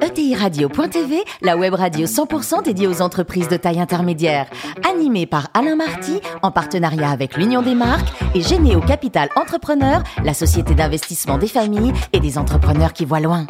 ETIRadio.tv, la web radio 100% dédiée aux entreprises de taille intermédiaire. Animée par Alain Marty, en partenariat avec l'Union des marques et Généo Capital Entrepreneur, la société d'investissement des familles et des entrepreneurs qui voient loin.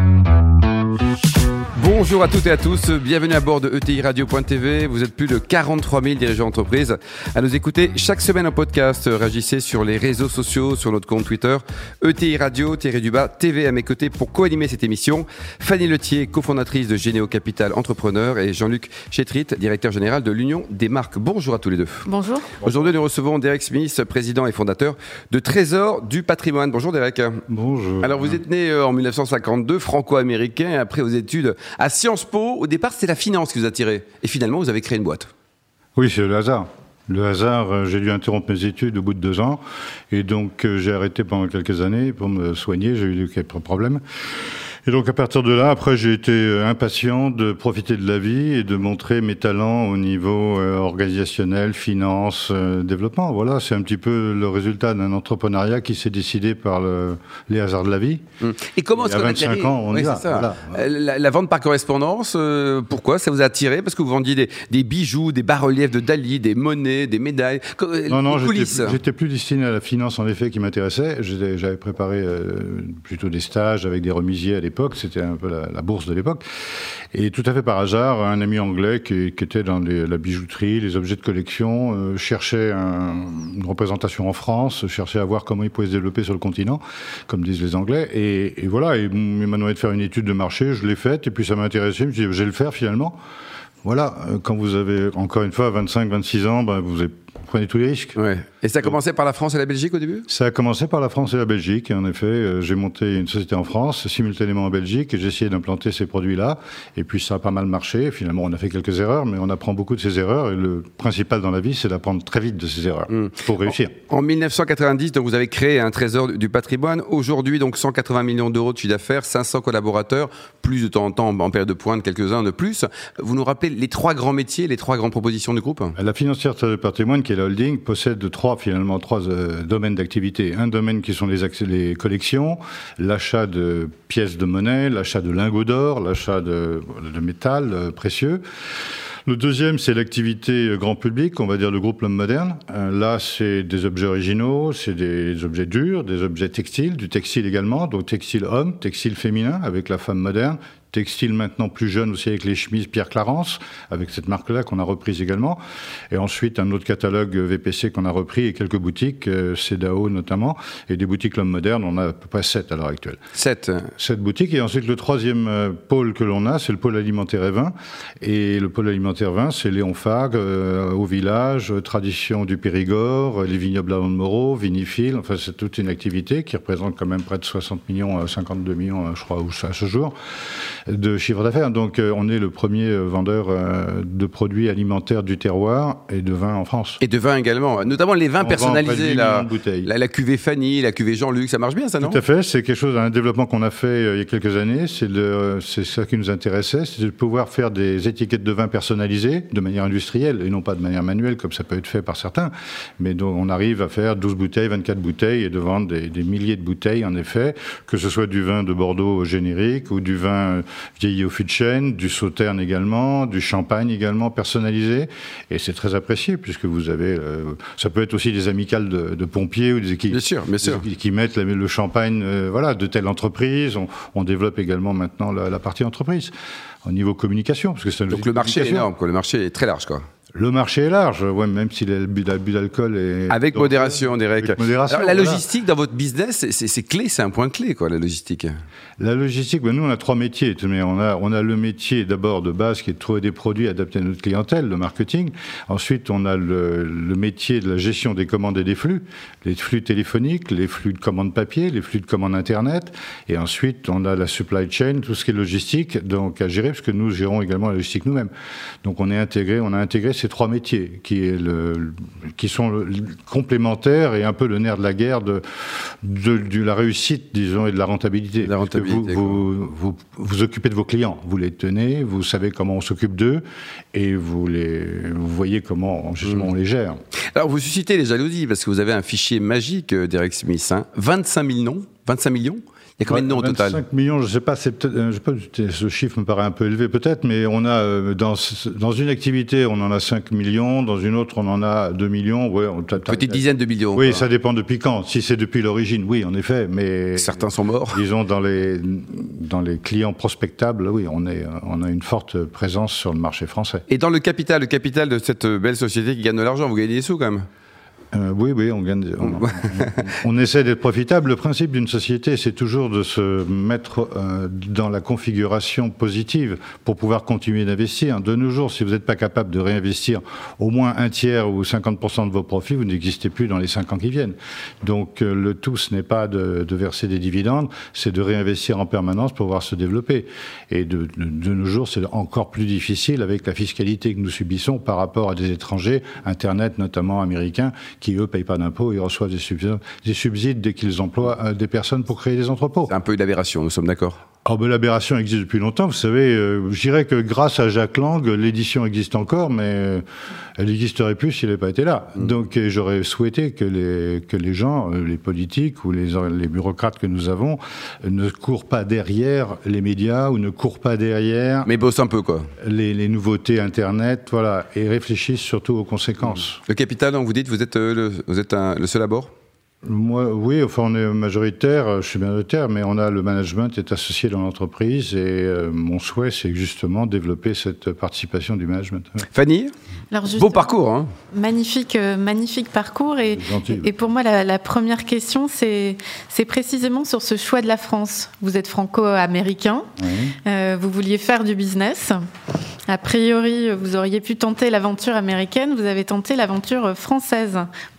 Bonjour à toutes et à tous, bienvenue à bord de ETIRadio.tv. Vous êtes plus de 43 000 dirigeants d'entreprise à nous écouter chaque semaine en podcast. Réagissez sur les réseaux sociaux, sur notre compte Twitter, ETIRadio-TV à mes côtés pour co-animer cette émission. Fanny Letier, cofondatrice de Généo Capital Entrepreneur, et Jean-Luc Chétrit, directeur général de l'Union des marques. Bonjour à tous les deux. Bonjour. Aujourd'hui, nous recevons Derek Smith, président et fondateur de Trésor du Patrimoine. Bonjour Derek. Bonjour. Alors vous êtes né en 1952, franco-américain, après vos études à Sciences Po. Au départ, c'était la finance qui vous attirait. Et finalement, vous avez créé une boîte. Oui, c'est le hasard. Le hasard, j'ai dû interrompre mes études au bout de 2 ans. Et donc, j'ai arrêté pendant quelques années pour me soigner. J'ai eu quelques problèmes. Et donc, à partir de là, après, j'ai été impatient de profiter de la vie et de montrer mes talents au niveau organisationnel, finance, développement. Voilà, c'est un petit peu le résultat d'un entrepreneuriat qui s'est décidé par les hasards de la vie. Et comment est-ce il y a 25 ans, on y va. Voilà. La vente par correspondance, pourquoi ça vous a attiré? Parce que vous vendiez des bijoux, des bas-reliefs de Dali, des monnaies, des médailles, Non, coulisses. j'étais plus destiné à la finance, en effet, qui m'intéressait. J'avais préparé plutôt des stages avec des remisiers à l'époque. C'était un peu la bourse de l'époque. Et tout à fait par hasard, un ami anglais qui était dans la bijouterie, les objets de collection, cherchait une représentation en France, cherchait à voir comment il pouvait se développer sur le continent, comme disent les Anglais. Et voilà, il m'a demandé de faire une étude de marché, je l'ai faite, et puis ça m'a intéressé, je me suis dit, je vais le faire finalement. Voilà, quand vous avez, encore une fois, 25, 26 ans, vous prenez tous les risques. Ouais. Et ça a commencé par la France et la Belgique au début? Ça a commencé par la France et la Belgique. Et en effet, j'ai monté une société en France, simultanément en Belgique, et j'ai essayé d'implanter ces produits-là. Et puis ça a pas mal marché. Finalement, on a fait quelques erreurs, mais on apprend beaucoup de ces erreurs. Et le principal dans la vie, c'est d'apprendre très vite de ces erreurs pour réussir. En 1990, donc, vous avez créé un trésor du patrimoine. Aujourd'hui, donc 180 millions d'euros de chiffre d'affaires, 500 collaborateurs, plus de temps en temps, en période de pointe, quelques-uns de plus. Vous nous rappelez les 3 grands métiers, les 3 grandes propositions du groupe? La financière du patrimoine, qui est la holding, possède 3 domaines d'activité. Un domaine qui sont les collections, l'achat de pièces de monnaie, l'achat de lingots d'or, l'achat de métal précieux. Le deuxième, c'est l'activité grand public, on va dire le groupe L'Homme Moderne. Là, c'est des objets originaux, c'est des objets durs, des objets textiles, du textile également, donc textile homme, textile féminin avec la femme moderne, textile maintenant plus jeune aussi avec les chemises Pierre Clarence, avec cette marque-là qu'on a reprise également. Et ensuite, un autre catalogue VPC qu'on a repris et quelques boutiques, Cedao notamment, et des boutiques L'Homme Moderne, on a à peu près 7 à l'heure actuelle. 7 boutiques. Et ensuite, le troisième pôle que l'on a, c'est le pôle alimentaire et vin. Et le pôle alimentaire vin, c'est Léon Fag, au village, tradition du Périgord, les vignobles à Moreau, Vinifil. Enfin, c'est toute une activité qui représente quand même près de 60 millions, 52 millions, je crois, à ce jour, de chiffre d'affaires. Donc, on est le premier vendeur de produits alimentaires du terroir et de vin en France. Et de vin également, notamment les vins personnalisés, la cuvée Fanny, la cuvée Jean-Luc, ça marche bien ça, non? Tout à fait, c'est quelque chose, un développement qu'on a fait il y a quelques années, c'est ça qui nous intéressait, c'est de pouvoir faire des étiquettes de vin personnalisées de manière industrielle et non pas de manière manuelle comme ça peut être fait par certains, mais donc on arrive à faire 12 bouteilles, 24 bouteilles et de vendre des milliers de bouteilles en effet, que ce soit du vin de Bordeaux générique ou du vin vieilli au fût de chêne, du sauterne également, du champagne également personnalisé, et c'est très apprécié puisque vous avez, ça peut être aussi des amicales de pompiers ou des équipes qui mettent le champagne de telle entreprise. On développe également maintenant la partie entreprise au niveau communication. Parce que c'est donc le marché est énorme, quoi. Le marché est très large, quoi. Le marché est large, ouais, même si l'abus d'alcool est... Avec modération, Derek. Avec modération, alors, la logistique dans votre business, c'est clé, c'est un point clé, quoi, la logistique. La logistique, nous, on a 3 métiers. On a le métier, d'abord, de base, qui est de trouver des produits adaptés à notre clientèle, le marketing. Ensuite, on a le métier de la gestion des commandes et des flux, les flux téléphoniques, les flux de commandes papier, les flux de commandes Internet. Et ensuite, on a la supply chain, tout ce qui est logistique, donc à gérer, parce que nous gérons également la logistique nous-mêmes. Donc, on a intégré ces 3 métiers qui sont complémentaires et un peu le nerf de la guerre de la réussite, disons, et de la rentabilité. Vous occupez de vos clients, vous les tenez, vous savez comment on s'occupe d'eux et vous voyez comment justement on les gère. Alors vous suscitez les jalousies parce que vous avez un fichier magique, Derek Smith, 25 millions Il y a combien de noms au total ? 25 millions, je ne sais pas, ce chiffre me paraît un peu élevé peut-être, mais on a dans une activité, on en a 5 millions, dans une autre, on en a 2 millions. Ouais, petite dizaine de millions. Oui, quoi. Ça dépend depuis quand. Si c'est depuis l'origine, oui, en effet. Mais certains sont morts. Disons, dans les clients prospectables, oui, on a une forte présence sur le marché français. Et dans le capital de cette belle société qui gagne de l'argent, vous gagnez des sous quand même ? Oui, on gagne. On essaie d'être profitable. Le principe d'une société, c'est toujours de se mettre dans la configuration positive pour pouvoir continuer d'investir. De nos jours, si vous n'êtes pas capable de réinvestir au moins un tiers ou 50% de vos profits, vous n'existez plus dans les 5 ans qui viennent. Donc, le tout, ce n'est pas de verser des dividendes, c'est de réinvestir en permanence pour pouvoir se développer. Et de nos jours, c'est encore plus difficile avec la fiscalité que nous subissons par rapport à des étrangers, Internet notamment américains, qui, eux, ne payent pas d'impôts, ils reçoivent des subsides dès qu'ils emploient des personnes pour créer des entrepôts. C'est un peu une aberration, nous sommes d'accord. L'aberration existe depuis longtemps, vous savez. Je dirais que grâce à Jacques Lang, l'édition existe encore, mais elle n'existerait plus s'il n'avait pas été là. Donc j'aurais souhaité que les gens, les politiques ou les bureaucrates que nous avons, ne courent pas derrière les médias ou ne courent pas derrière... Mais bossent un peu, quoi. Les nouveautés Internet, voilà, et réfléchissent surtout aux conséquences. Le capital, donc vous dites, vous êtes le seul à bord ? Moi, oui, enfin, on est majoritaire, je suis minoritaire, mais on a le management est associé dans l'entreprise et mon souhait, c'est justement développer cette participation du management. Fanny ? Alors beau parcours, hein ? Magnifique parcours. Et pour moi, la première question, c'est précisément sur ce choix de la France. Vous êtes franco-américain, vous vouliez faire du business. A priori, vous auriez pu tenter l'aventure américaine, vous avez tenté l'aventure française. Pourquoi ?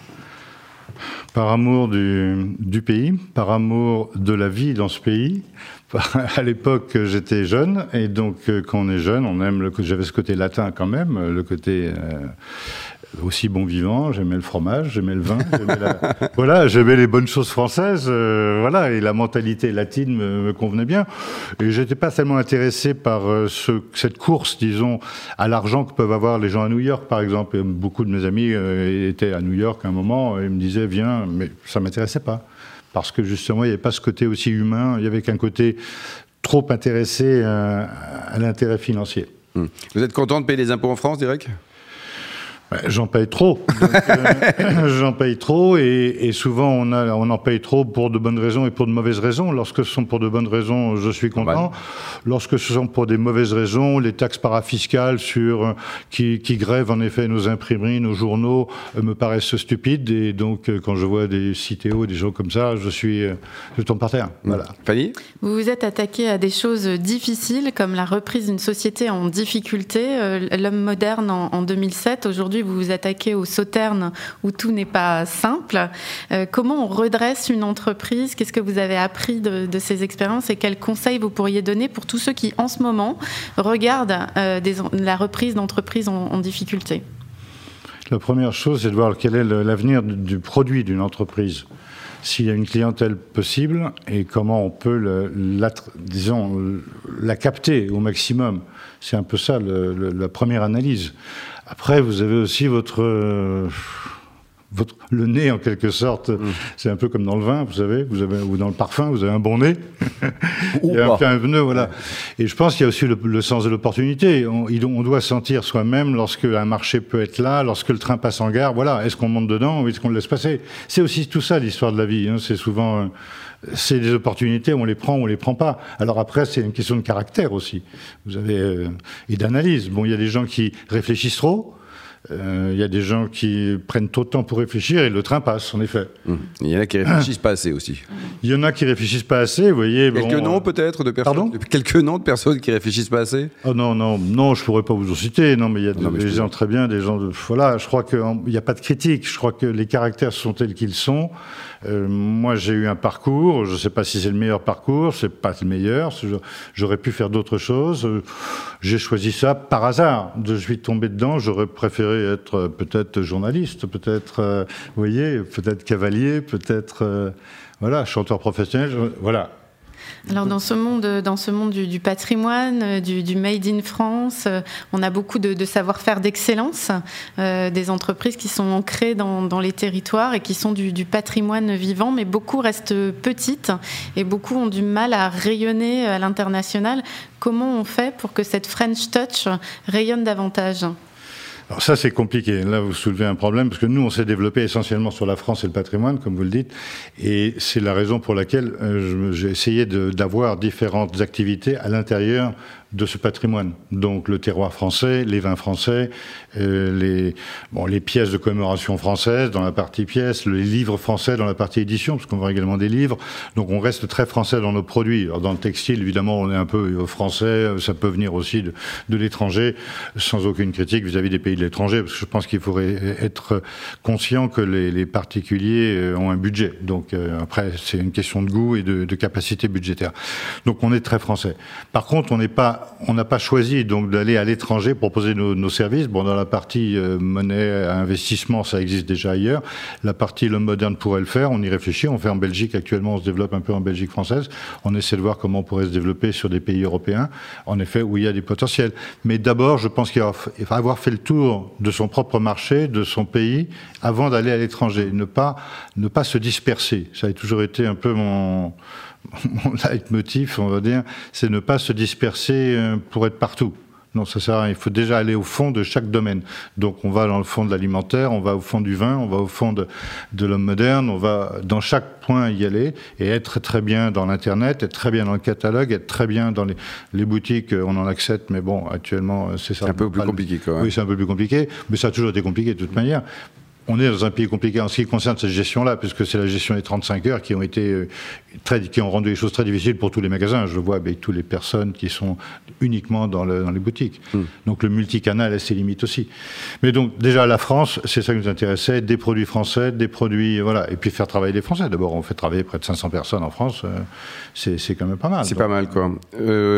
Par amour du pays, par amour de la vie dans ce pays. À l'époque, j'étais jeune, et donc quand on est jeune, on aime j'avais ce côté latin quand même, le côté aussi bon vivant. J'aimais le fromage, j'aimais le vin, j'aimais les bonnes choses françaises, et la mentalité latine me convenait bien. Et j'étais pas tellement intéressé par cette course, disons, à l'argent que peuvent avoir les gens à New York, par exemple. Et beaucoup de mes amis étaient à New York à un moment et me disaient viens, mais ça m'intéressait pas. Parce que justement, il n'y avait pas ce côté aussi humain, il y avait qu'un côté trop intéressé à l'intérêt financier. Vous êtes content de payer les impôts en France, Derek ? J'en paye trop. J'en paye trop et souvent on en paye trop pour de bonnes raisons et pour de mauvaises raisons. Lorsque ce sont pour de bonnes raisons, je suis content. Lorsque ce sont pour des mauvaises raisons, les taxes parafiscales qui grèvent en effet nos imprimeries, nos journaux, me paraissent stupides. Et donc quand je vois des Citeo, des gens comme ça, je tombe par terre. Voilà. Fanny ? Vous vous êtes attaqué à des choses difficiles comme la reprise d'une société en difficulté, l'homme moderne en 2007. Aujourd'hui, vous vous attaquez au sauterne où tout n'est pas simple. Comment on redresse une entreprise ? Qu'est-ce que vous avez appris de ces expériences et quels conseils vous pourriez donner pour tous ceux qui, en ce moment, regardent la reprise d'entreprise en difficulté ? La première chose, c'est de voir quel est l'avenir du produit d'une entreprise. S'il y a une clientèle possible et comment on peut la capter au maximum. C'est un peu ça la première analyse. Après, vous avez aussi le nez, en quelque sorte. C'est un peu comme dans le vin, vous savez, ou dans le parfum, vous avez un bon nez. Il y a un pneu, voilà. Et je pense qu'il y a aussi le sens de l'opportunité. On doit sentir soi-même lorsque un marché peut être là, lorsque le train passe en gare, voilà. Est-ce qu'on monte dedans ou est-ce qu'on le laisse passer ? C'est aussi tout ça, l'histoire de la vie. C'est souvent... c'est des opportunités, on les prend ou on les prend pas. Alors après, c'est une question de caractère aussi. Vous avez et d'analyse. Bon, il y a des gens qui réfléchissent trop. Il y a des gens qui prennent trop de temps pour réfléchir et le train passe, en effet. Il y en a qui réfléchissent pas assez aussi. Il y en a qui réfléchissent pas assez, vous voyez. Quelques noms peut-être de personnes. Pardon ? Quelques noms de personnes qui réfléchissent pas assez. Oh non, je pourrais pas vous en citer. Non, mais il y a des gens très bien, des gens de voilà. Je crois qu'il n'y a pas de critique. Je crois que les caractères sont tels qu'ils sont. Moi, j'ai eu un parcours. Je sais pas si c'est le meilleur parcours. C'est pas le meilleur. J'aurais pu faire d'autres choses. J'ai choisi ça par hasard. Je suis tombé dedans. J'aurais préféré être peut-être journaliste, peut-être, vous voyez, peut-être cavalier, peut-être, chanteur professionnel, voilà. Alors dans ce monde du patrimoine, du Made in France, on a beaucoup de savoir-faire d'excellence, des entreprises qui sont ancrées dans les territoires et qui sont du patrimoine vivant, mais beaucoup restent petites et beaucoup ont du mal à rayonner à l'international. Comment on fait pour que cette French Touch rayonne davantage ? Alors ça, c'est compliqué. Là, vous soulevez un problème, parce que nous, on s'est développé essentiellement sur la France et le patrimoine, comme vous le dites, et c'est la raison pour laquelle j'ai essayé d'avoir différentes activités à l'intérieur de ce patrimoine. Donc le terroir français, les vins français, les pièces de commémoration françaises dans la partie pièces, les livres français dans la partie édition, parce qu'on vend également des livres. Donc on reste très français dans nos produits. Alors dans le textile, évidemment, on est un peu français, ça peut venir aussi de l'étranger, sans aucune critique vis-à-vis des pays de l'étranger, parce que je pense qu'il faudrait être conscient que les particuliers ont un budget. Donc après, c'est une question de goût et de capacité budgétaire. Donc on est très français. Par contre, on n'a pas choisi donc d'aller à l'étranger pour proposer nos services. Bon, dans la partie monnaie, investissement, ça existe déjà ailleurs. La partie l'homme moderne pourrait le faire. On y réfléchit. On fait en Belgique actuellement. On se développe un peu en Belgique française. On essaie de voir comment on pourrait se développer sur des pays européens. En effet, où il y a des potentiels. Mais d'abord, je pense qu'il faut avoir fait le tour de son propre marché, de son pays, avant d'aller à l'étranger. Ne pas se disperser. Ça a toujours été un peu mon leitmotiv, on va dire, c'est ne pas se disperser pour être partout. Non, ça sert à rien. Il faut déjà aller au fond de chaque domaine. Donc, on va dans le fond de l'alimentaire, on va au fond du vin, on va au fond de l'homme moderne, on va dans chaque point y aller et être très bien dans l'Internet, être très bien dans le catalogue, être très bien dans les boutiques. On en accepte, mais bon, actuellement, c'est ça. C'est un peu plus compliqué, quand même. Oui, c'est un peu plus compliqué, mais ça a toujours été compliqué de toute manière. On est dans un pays compliqué en ce qui concerne cette gestion-là, puisque c'est la gestion des 35 heures qui ont rendu les choses très difficiles pour tous les magasins. Je vois avec toutes les personnes qui sont uniquement dans les boutiques. Donc le multicanal a ses limites aussi. Mais donc déjà la France, c'est ça qui nous intéressait, des produits français, des produits, voilà, et puis faire travailler les Français. D'abord, on fait travailler près de 500 personnes en France, c'est quand même pas mal. C'est pas mal, quoi. Jean-Luc ?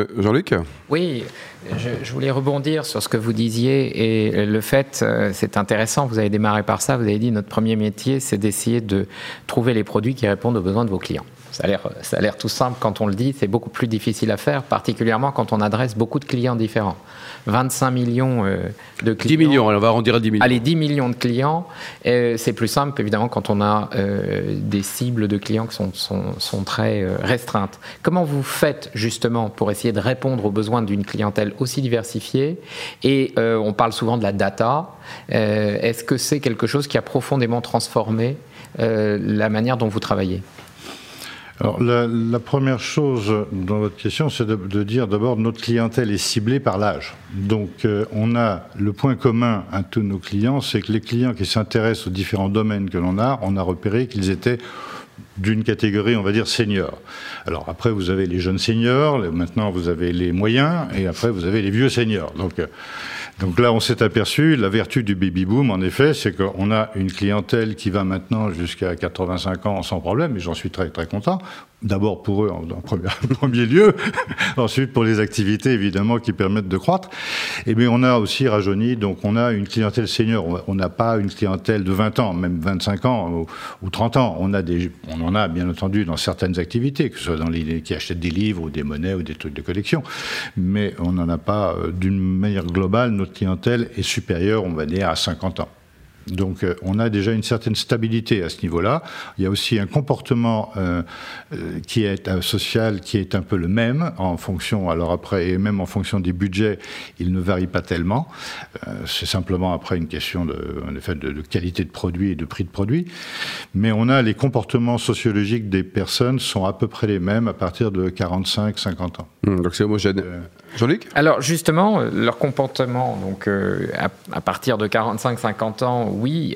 Oui, je voulais rebondir sur ce que vous disiez et le fait, c'est intéressant, vous avez démarré par ça, vous avez dit notre premier métier, c'est d'essayer de trouver les produits qui répondent aux besoins de vos clients. Ça a l'air tout simple quand on le dit, c'est beaucoup plus difficile à faire, particulièrement quand on adresse beaucoup de clients différents. 25 millions de clients. 10 millions, alors on va arrondir à 10 millions. Allez, 10 millions de clients, c'est plus simple évidemment quand on a des cibles de clients qui sont très restreintes. Comment vous faites justement pour essayer de répondre aux besoins d'une clientèle aussi diversifiée ? Et on parle souvent de la data. Est-ce que c'est quelque chose qui a profondément transformé la manière dont vous travaillez ? Alors, la première chose dans votre question, c'est de dire d'abord notre clientèle est ciblée par l'âge. Donc, on a le point commun à tous nos clients, c'est que les clients qui s'intéressent aux différents domaines que l'on a, on a repéré qu'ils étaient d'une catégorie, on va dire, senior. Alors après, vous avez les jeunes seniors, maintenant vous avez les moyens, et après vous avez les vieux seniors. Donc là, on s'est aperçu, la vertu du baby-boom, en effet, c'est qu'on a une clientèle qui va maintenant jusqu'à 85 ans sans problème, et j'en suis très très content. D'abord pour eux en premier lieu, ensuite pour les activités évidemment qui permettent de croître. Et bien on a aussi rajeuni, donc on a une clientèle senior. On n'a pas une clientèle de 20 ans, même 25 ans ou 30 ans. On en a bien entendu dans certaines activités, que ce soit dans les qui achètent des livres ou des monnaies ou des trucs de collection. Mais on n'en a pas d'une manière globale. Notre clientèle est supérieure, on va dire, à 50 ans. Donc on a déjà une certaine stabilité à ce niveau-là. Il y a aussi un comportement qui est social, qui est un peu le même en fonction, alors après, et même en fonction des budgets, il ne varie pas tellement. C'est simplement après une question de qualité de produit et de prix de produit. Mais on a les comportements sociologiques des personnes sont à peu près les mêmes à partir de 45-50 ans. Donc c'est homogène. Jean-Luc ? Alors justement, leur comportement, donc à partir de 45-50 ans, oui,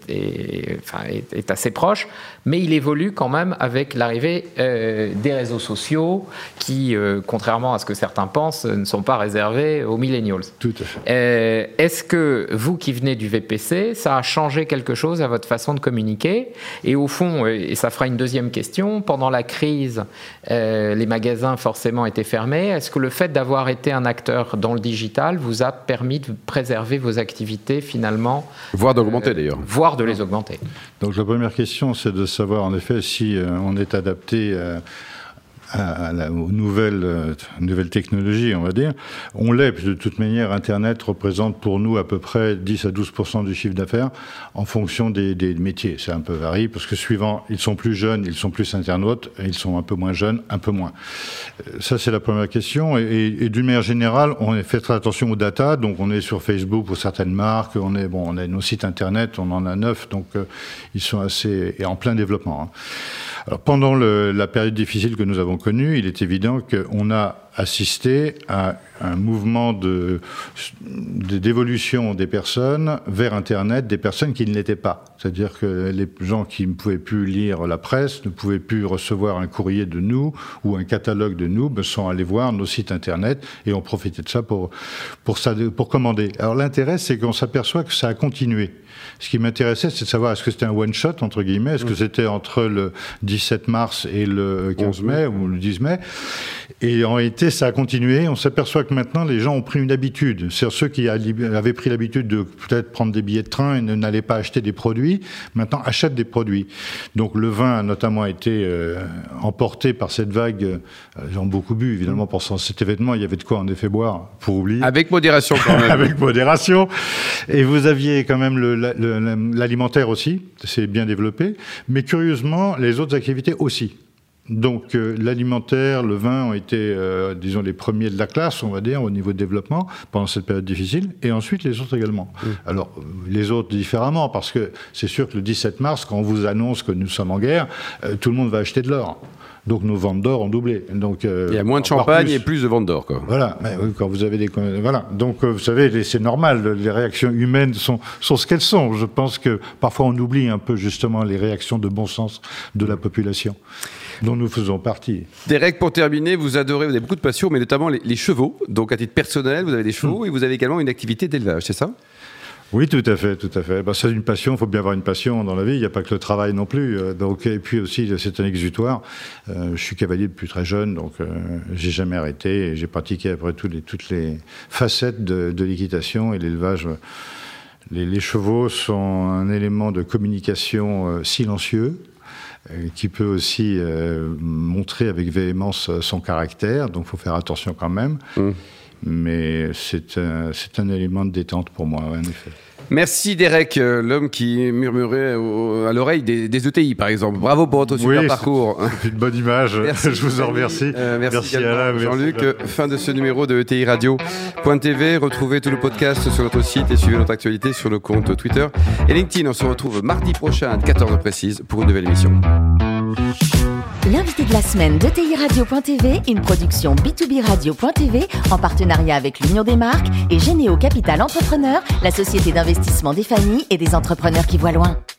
est assez proche, mais il évolue quand même avec l'arrivée des réseaux sociaux qui, contrairement à ce que certains pensent, ne sont pas réservés aux millennials. Tout à fait. Est-ce que vous qui venez du VPC, ça a changé quelque chose à votre façon de communiquer ? Et au fond, et ça fera une deuxième question, pendant la crise, les magasins forcément étaient fermés. Est-ce que le fait d'avoir été un acteur dans le digital vous a permis de préserver vos activités finalement ? Voire d'augmenter d'ailleurs. Voire de les augmenter. Donc la première question, c'est de savoir en effet si on est adapté aux nouvelles technologies, on va dire. On l'est, de toute manière, Internet représente pour nous à peu près 10 à 12% du chiffre d'affaires en fonction des métiers. C'est un peu varié, parce que suivant, ils sont plus jeunes, ils sont plus internautes, et ils sont un peu moins jeunes, un peu moins. Ça, c'est la première question. Et d'une manière générale, on fait très attention aux data, donc on est sur Facebook pour certaines marques, on a nos sites Internet, on en a 9, donc ils sont assez en plein développement. Hein. Alors, pendant la période difficile que nous avons connue, il est évident qu'on a assisté à un mouvement d'évolution des personnes vers Internet, des personnes qui ne l'étaient pas. C'est-à-dire que les gens qui ne pouvaient plus lire la presse, ne pouvaient plus recevoir un courrier de nous ou un catalogue de nous, sont allés voir nos sites Internet et ont profité de ça pour commander. Alors l'intérêt, c'est qu'on s'aperçoit que ça a continué. Ce qui m'intéressait, c'est de savoir, est-ce que c'était un one-shot, entre guillemets, est-ce que c'était entre le 17 mars et le 15 mai, ou le 10 mai. Et en réalité, ça a continué. On s'aperçoit que maintenant, les gens ont pris une habitude. C'est-à-dire ceux qui avaient pris l'habitude de peut-être prendre des billets de train et n'allaient pas acheter des produits, maintenant achètent des produits. Donc le vin a notamment été emporté par cette vague. Ils ont beaucoup bu, évidemment, pour cet événement. Il y avait de quoi, en effet, boire, pour oublier. Avec modération, quand même. Avec modération. Et vous aviez quand même l'alimentaire aussi, c'est bien développé, mais curieusement, les autres activités aussi. Donc l'alimentaire, le vin ont été, disons, les premiers de la classe, on va dire, au niveau de développement, pendant cette période difficile, et ensuite les autres également. Alors, les autres différemment, parce que c'est sûr que le 17 mars, quand on vous annonce que nous sommes en guerre, tout le monde va acheter de l'or. Donc nos ventes d'or ont doublé. Donc, il y a moins de champagne et plus de ventes d'or, quoi. Voilà, mais quand vous avez voilà. Donc vous savez, c'est normal, les réactions humaines sont ce qu'elles sont. Je pense que parfois on oublie un peu justement les réactions de bon sens de la population, dont nous faisons partie. Derek, pour terminer, vous avez beaucoup de passion, mais notamment les chevaux. Donc à titre personnel, vous avez des chevaux et vous avez également une activité d'élevage, c'est ça ? Oui, tout à fait, tout à fait. C'est une passion, il faut bien avoir une passion dans la vie, il n'y a pas que le travail non plus. Et puis aussi, c'est un exutoire. Je suis cavalier depuis très jeune, donc j'ai jamais arrêté. Et j'ai pratiqué après toutes les facettes de l'équitation et l'élevage. Les chevaux sont un élément de communication silencieux, qui peut aussi montrer avec véhémence son caractère, donc il faut faire attention quand même. Mais c'est un élément de détente pour moi, en effet. Merci Derek, l'homme qui murmurait à l'oreille des ETI, par exemple. Bravo pour votre super parcours. C'est une bonne image. Merci, je vous en remercie. Merci Alain, Jean-Luc. Fin de ce numéro de ETI Radio.tv. Retrouvez tout le podcast sur notre site et suivez notre actualité sur le compte Twitter et LinkedIn. On se retrouve mardi prochain à 14h précise pour une nouvelle émission. L'invité de la semaine de TI Radio.tv, une production B2B Radio.tv en partenariat avec l'Union des marques et Généo Capital Entrepreneur, la société d'investissement des familles et des entrepreneurs qui voient loin.